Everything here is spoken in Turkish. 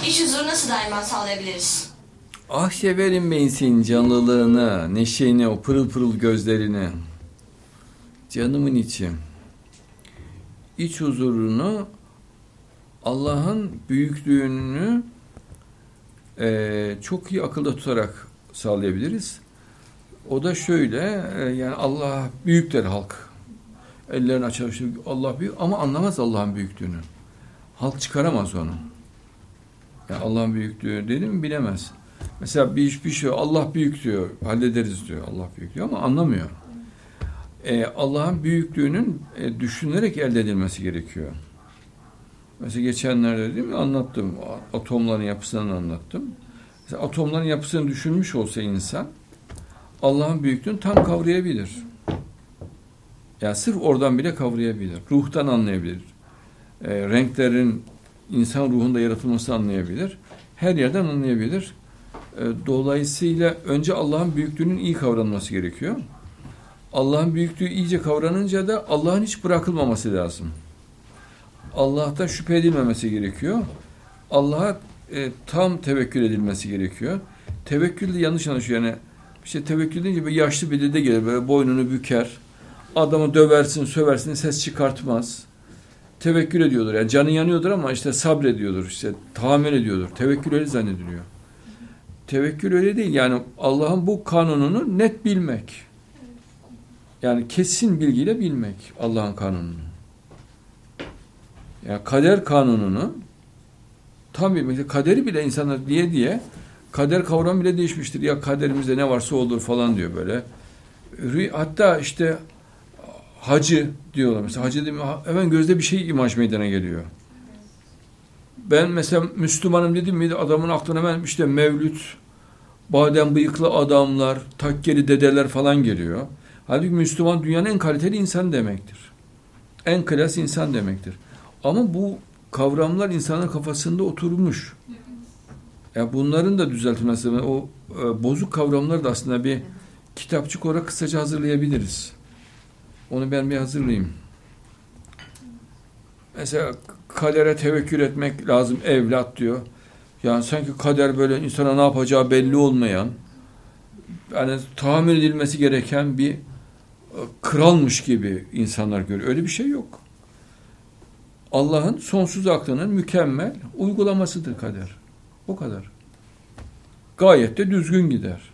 İç huzuru nasıl daima sağlayabiliriz? Ah severim ben senin canlılığını, neşeni, o pırıl pırıl gözlerini. Canımın içi. İç huzurunu, Allah'ın büyüklüğünü çok iyi akılda tutarak sağlayabiliriz. O da şöyle, yani Allah büyük der halk. Ellerini açar, işte Allah büyük ama anlamaz Allah'ın büyüklüğünü. Halk çıkaramaz onu. Yani Allah'ın büyüklüğü dedim bilemez. Mesela bir şey Allah büyük diyor, hallederiz diyor. Allah büyük diyor ama anlamıyor. Allah'ın büyüklüğünün düşünülerek elde edilmesi gerekiyor. Mesela geçenlerde dedim mi anlattım. Atomların yapısını anlattım. Mesela atomların yapısını düşünmüş olsa insan Allah'ın büyüklüğünü tam kavrayabilir. Yani sırf oradan bile kavrayabilir. Ruhtan anlayabilir. Renklerin insan ruhunda yaratılmasını anlayabilir. Her yerden anlayabilir. Dolayısıyla önce Allah'ın büyüklüğünün iyi kavranması gerekiyor. Allah'ın büyüklüğü iyice kavranınca da Allah'ın hiç bırakılmaması lazım. Allah'tan şüphe edilmemesi gerekiyor. Allah'a tam tevekkül edilmesi gerekiyor. Tevekkül de yanlış anlaşıyor. Yani işte tevekkül deyince böyle yaşlı bir dede gelir, böyle boynunu büker. Adamı döversin, söversin, ses çıkartmaz. Tevekkül ediyordur. Yani canı yanıyordur ama işte sabrediyordur, işte tahammül ediyordur. Tevekkül öyle zannediliyor. Tevekkül öyle değil. Yani Allah'ın bu kanununu net bilmek. Yani kesin bilgiyle bilmek Allah'ın kanununu. Yani kader kanununu tam bilmek. Kaderi bile insanlar diye kader kavramı bile değişmiştir. Ya kaderimizde ne varsa olur falan diyor böyle. Hatta işte hacı diyorlar. Mesela hacı değil mi? Hemen gözde bir şey imaj meydana geliyor. Ben mesela Müslümanım dedim miydi adamın aklına hemen işte mevlüt, badem bıyıklı adamlar, takkeli dedeler falan geliyor. Halbuki Müslüman dünyanın en kaliteli insan demektir. En klas insan demektir. Ama bu kavramlar insanın kafasında oturmuş. Ya bunların da düzeltilmesi, o bozuk kavramları da aslında bir kitapçık olarak kısaca hazırlayabiliriz. Onu ben bir hazırlayayım. Mesela kadere tevekkül etmek lazım evlat diyor. Yani sanki kader böyle insana ne yapacağı belli olmayan, yani tahammül edilmesi gereken bir kralmış gibi insanlar görüyor. Öyle bir şey yok. Allah'ın sonsuz aklının mükemmel uygulamasıdır kader. O kadar. Gayet de düzgün gider.